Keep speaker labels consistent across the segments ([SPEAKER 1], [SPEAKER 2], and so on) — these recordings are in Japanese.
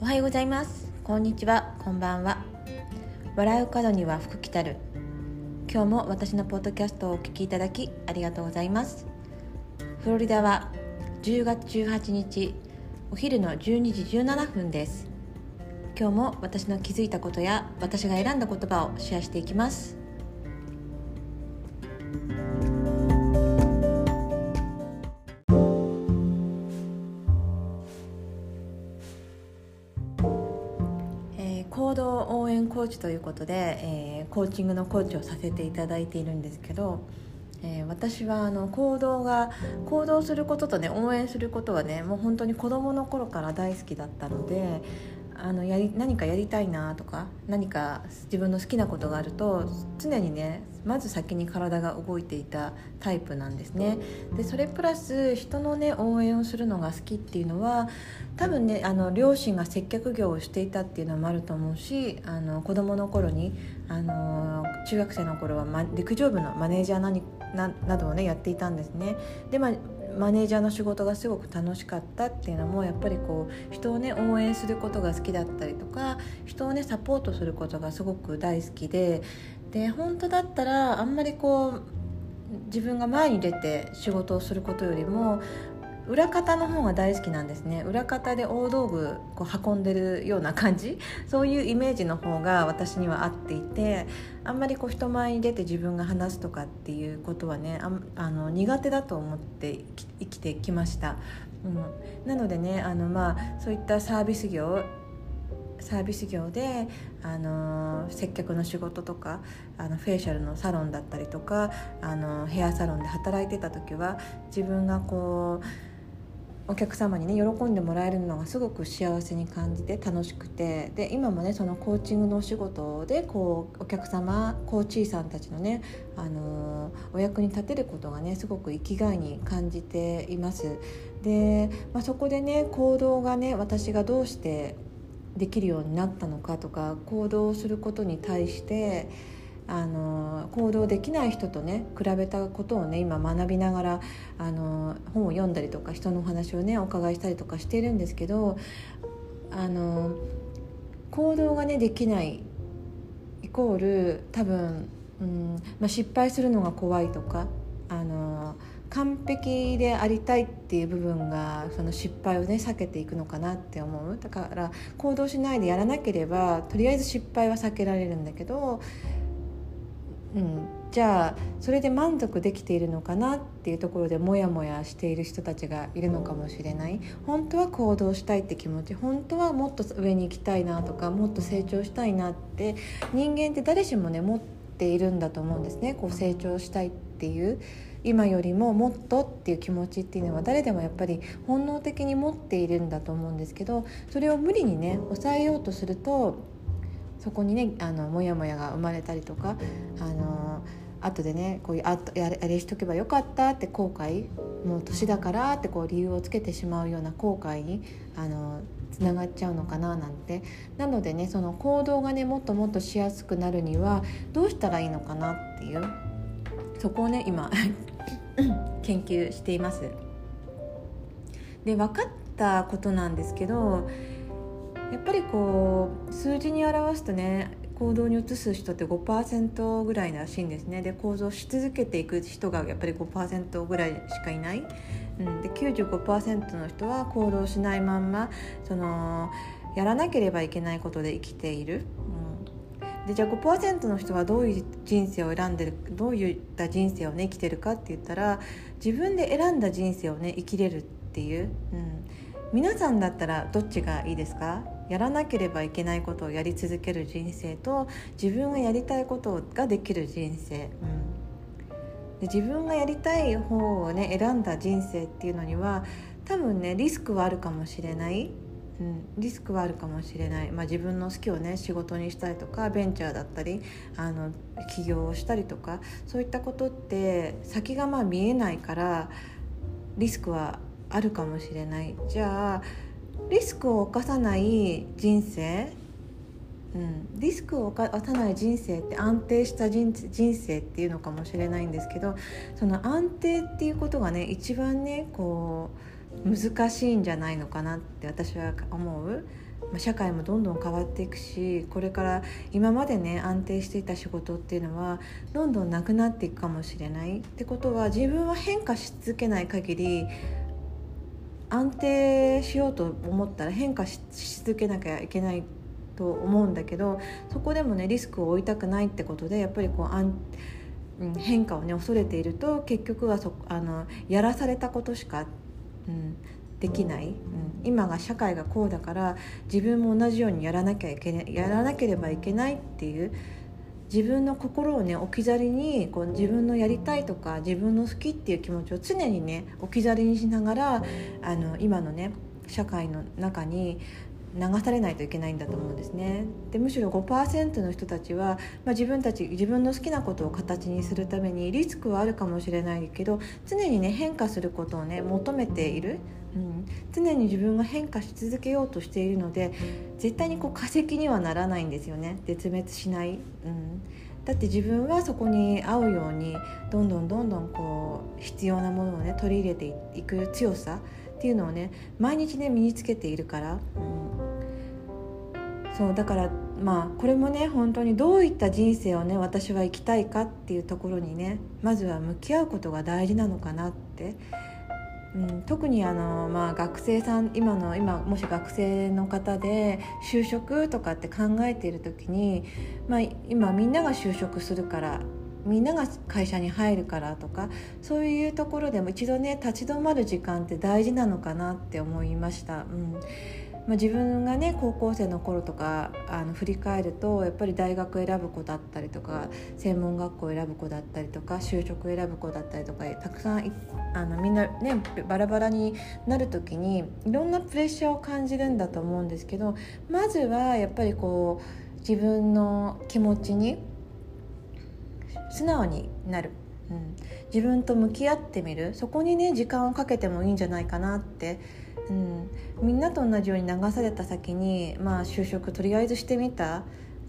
[SPEAKER 1] おはようございます。こんにちは、こんばんは。笑う角には福来たる。今日も私のポッドキャストをお聞きいただきありがとうございます。フロリダは10月18日お昼の12時17分です。今日も私の気づいたことや私が選んだ言葉をシェアしていきます。行動応援コーチということで、コーチングのコーチをさせていただいているんですけど、私は行動することとね、応援することはね、もう本当に子どもの頃から大好きだったので、何かやりたいなとか、何か自分の好きなことがあると常にね、まず先に体が動いていたタイプなんですね。でそれプラス人のね、応援をするのが好きっていうのは多分ね、両親が接客業をしていたっていうのもあると思うし、子供の頃に中学生の頃は、陸上部のマネージャーなどをねやっていたんですね。でマネージャーの仕事がすごく楽しかったっていうのも、やっぱり人をね応援することが好きだったりとか、人をねサポートすることがすごく大好きで、本当だったらあんまり自分が前に出て仕事をすることよりも裏方の方が大好きなんですね。裏方で大道具運んでるような感じ、そういうイメージの方が私には合っていて、あんまり人前に出て自分が話すとかっていうことはね、苦手だと思って生きてきました。なのでね、そういったサービス業で接客の仕事とか、フェイシャルのサロンだったりとか、ヘアサロンで働いてた時は、自分がお客様にね喜んでもらえるのがすごく幸せに感じて楽しくて、で今もねそのコーチングのお仕事でお客様コーチーさんたちのね、お役に立てることがねすごく生きがいに感じています。で、そこでね行動がね、私がどうしてできるようになったのかとか、行動することに対して行動できない人とね比べたことをね今学びながら本を読んだりとか、人のお話をねお伺いしたりとかしているんですけど、行動がねできないイコール多分、失敗するのが怖いとか、完璧でありたいっていう部分がその失敗をね避けていくのかなって思う。だから行動しないでやらなければとりあえず失敗は避けられるんだけど、じゃあそれで満足できているのかなっていうところでモヤモヤしている人たちがいるのかもしれない。本当は行動したいって気持ち、本当はもっと上に行きたいなとか、もっと成長したいなって人間って誰しもね持っているんだと思うんですね。成長したいっていう、今よりももっとっていう気持ちっていうのは誰でもやっぱり本能的に持っているんだと思うんですけど、それを無理にね抑えようとすると、そこにねモヤモヤが生まれたりとか、後でねやれしとけばよかったって後悔、もう年だからって理由をつけてしまうような後悔につながっちゃうのかななんて。なのでね、その行動がねもっともっとしやすくなるにはどうしたらいいのかなっていう、そこをね今研究しています。で分かったことなんですけど、やっぱり数字に表すとね行動に移す人って 5% ぐらいらしいんですね。で行動し続けていく人がやっぱり 5% ぐらいしかいない、で 95% の人は行動しないまんまやらなければいけないことで生きている、でじゃあ 5% の人はどういう人生を選んでる、どういった人生をね生きてるかって言ったら、自分で選んだ人生をね生きれるっていう、皆さんだったらどっちがいいですか？やらなければいけないことをやり続ける人生と、自分がやりたいことができる人生、で自分がやりたい方をね選んだ人生っていうのには多分ねリスクはあるかもしれない、リスクはあるかもしれない。自分の好きをね仕事にしたりとか、ベンチャーだったり起業をしたりとか、そういったことって先が見えないからリスクはあるかもしれない。じゃあリスクを冒さない人生、リスクを冒さない人生って安定した人生っていうのかもしれないんですけど、その安定っていうことがね一番ね難しいんじゃないのかなって私は思う。 社会もどんどん変わっていくし、これから今までね安定していた仕事っていうのはどんどんなくなっていくかもしれないってことは、自分は変化し続けない限り安定しようと思ったら変化し続けなきゃいけないと思うんだけど、そこでもねリスクを負いたくないってことで、やっぱり変化をね恐れていると、結局はやらされたことしか、できない、今が社会がこうだから自分も同じようにやらなければいけないっていう、自分の心をね置き去りに自分のやりたいとか自分の好きっていう気持ちを常にね置き去りにしながら今のね社会の中に流されないといけないんだと思うんですね。でむしろ 5% の人たちは、自分の好きなことを形にするためにリスクはあるかもしれないけど、常にね変化することをね求めている、常に自分が変化し続けようとしているので、絶対に化石にはならないんですよね。絶滅しない、だって自分はそこに合うようにどんどん必要なものをね取り入れていく強さっていうのをね毎日ね身につけているから、そうだからこれもね本当にどういった人生をね私は生きたいかっていうところにねまずは向き合うことが大事なのかなって、特に学生さん今もし学生の方で就職とかって考えている時に、今みんなが就職するからみんなが会社に入るからとか、そういうところでも一度ね立ち止まる時間って大事なのかなって思いました。自分がね高校生の頃とか振り返ると、やっぱり大学選ぶ子だったりとか専門学校選ぶ子だったりとか就職選ぶ子だったりとか、たくさんみんなねバラバラになる時にいろんなプレッシャーを感じるんだと思うんですけど、まずはやっぱり自分の気持ちに素直になる、自分と向き合ってみる、そこにね時間をかけてもいいんじゃないかなって、みんなと同じように流された先に、就職とりあえずしてみた、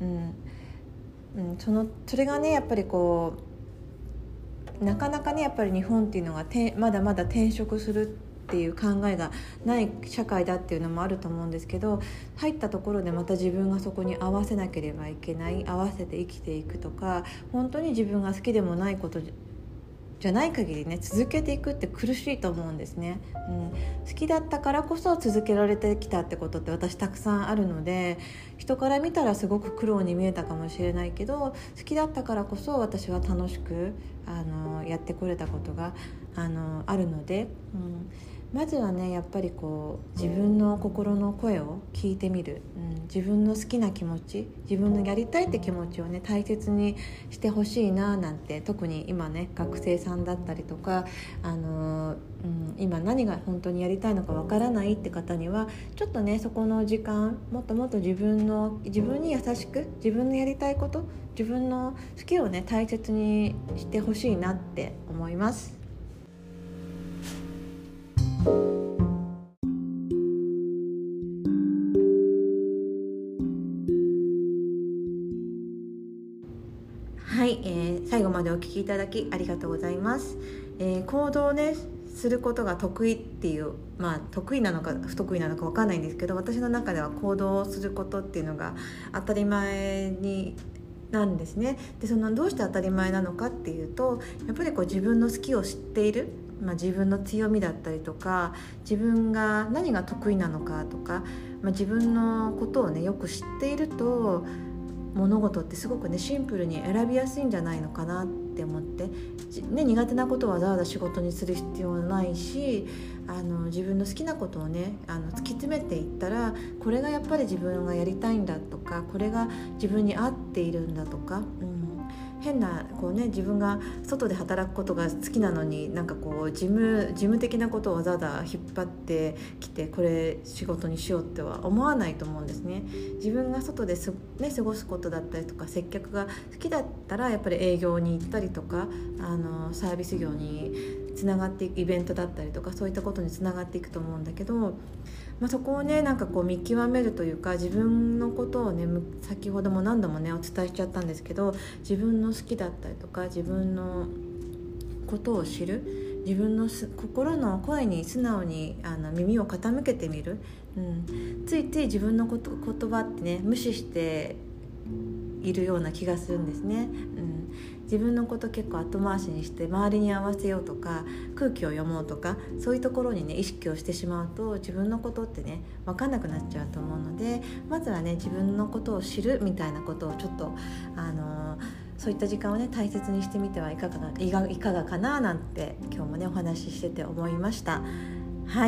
[SPEAKER 1] それがねやっぱりなかなかねやっぱり日本っていうのがまだまだ転職するっていう考えがない社会だっていうのもあると思うんですけど、入ったところでまた自分がそこに合わせなければいけない、合わせて生きていくとか、本当に自分が好きでもないことじゃない限りね続けていくって苦しいと思うんですね、好きだったからこそ続けられてきたってことって私たくさんあるので、人から見たらすごく苦労に見えたかもしれないけど、好きだったからこそ私は楽しくやってこれたことがあるので、まずはねやっぱり自分の心の声を聞いてみる、自分の好きな気持ち、自分のやりたいって気持ちをね大切にしてほしいななんて、特に今ね学生さんだったりとか、今何が本当にやりたいのかわからないって方にはちょっとねそこの時間もっともっと自分に優しく、自分のやりたいこと、自分の好きをね大切にしてほしいなって思います。はい、最後までお聞きいただきありがとうございます。行動をねすることが得意っていう、得意なのか不得意なのか分かんないんですけど、私の中では行動をすることっていうのが当たり前なんですね。でどうして当たり前なのかっていうと、やっぱり自分の好きを知っている、自分の強みだったりとか、自分が何が得意なのかとか、自分のことをねよく知っていると物事ってすごくねシンプルに選びやすいんじゃないのかなって思って、苦手なことをわざわざ仕事にする必要はないし、自分の好きなことをね突き詰めていったら、これがやっぱり自分がやりたいんだとか、これが自分に合っているんだとか、変な自分が外で働くことが好きなのに事務的なことをわざわざ引っ張ってきてこれ仕事にしようっては思わないと思うんですね。自分が外で過ごすことだったりとか接客が好きだったらやっぱり営業に行ったりとかサービス業につながっていく、イベントだったりとかそういったことにつながっていくと思うんだけど、そこをね見極めるというか、自分のことをね先ほども何度もねお伝えしちゃったんですけど、自分の好きだったりとか自分のことを知る、 自分の心の声に素直に耳を傾けてみる、ついつい自分の言葉ってね無視しているような気がするんですね、自分のこと結構後回しにして周りに合わせようとか空気を読もうとかそういうところにね意識をしてしまうと自分のことってね分かんなくなっちゃうと思うので、まずはね自分のことを知るみたいなことをちょっとそういった時間をね大切にしてみてはいかがかななんて今日もねお話ししてて思いました。はい、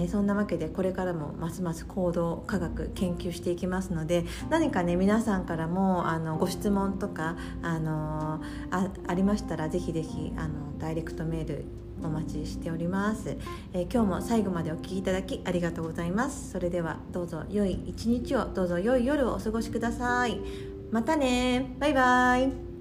[SPEAKER 1] そんなわけでこれからもますます行動科学研究していきますので、何かね皆さんからもご質問とかありましたらぜひぜひダイレクトメールお待ちしております。今日も最後までお聞きいただきありがとうございます。それではどうぞ良い一日を、どうぞ良い夜をお過ごしください。またね、バイバイ。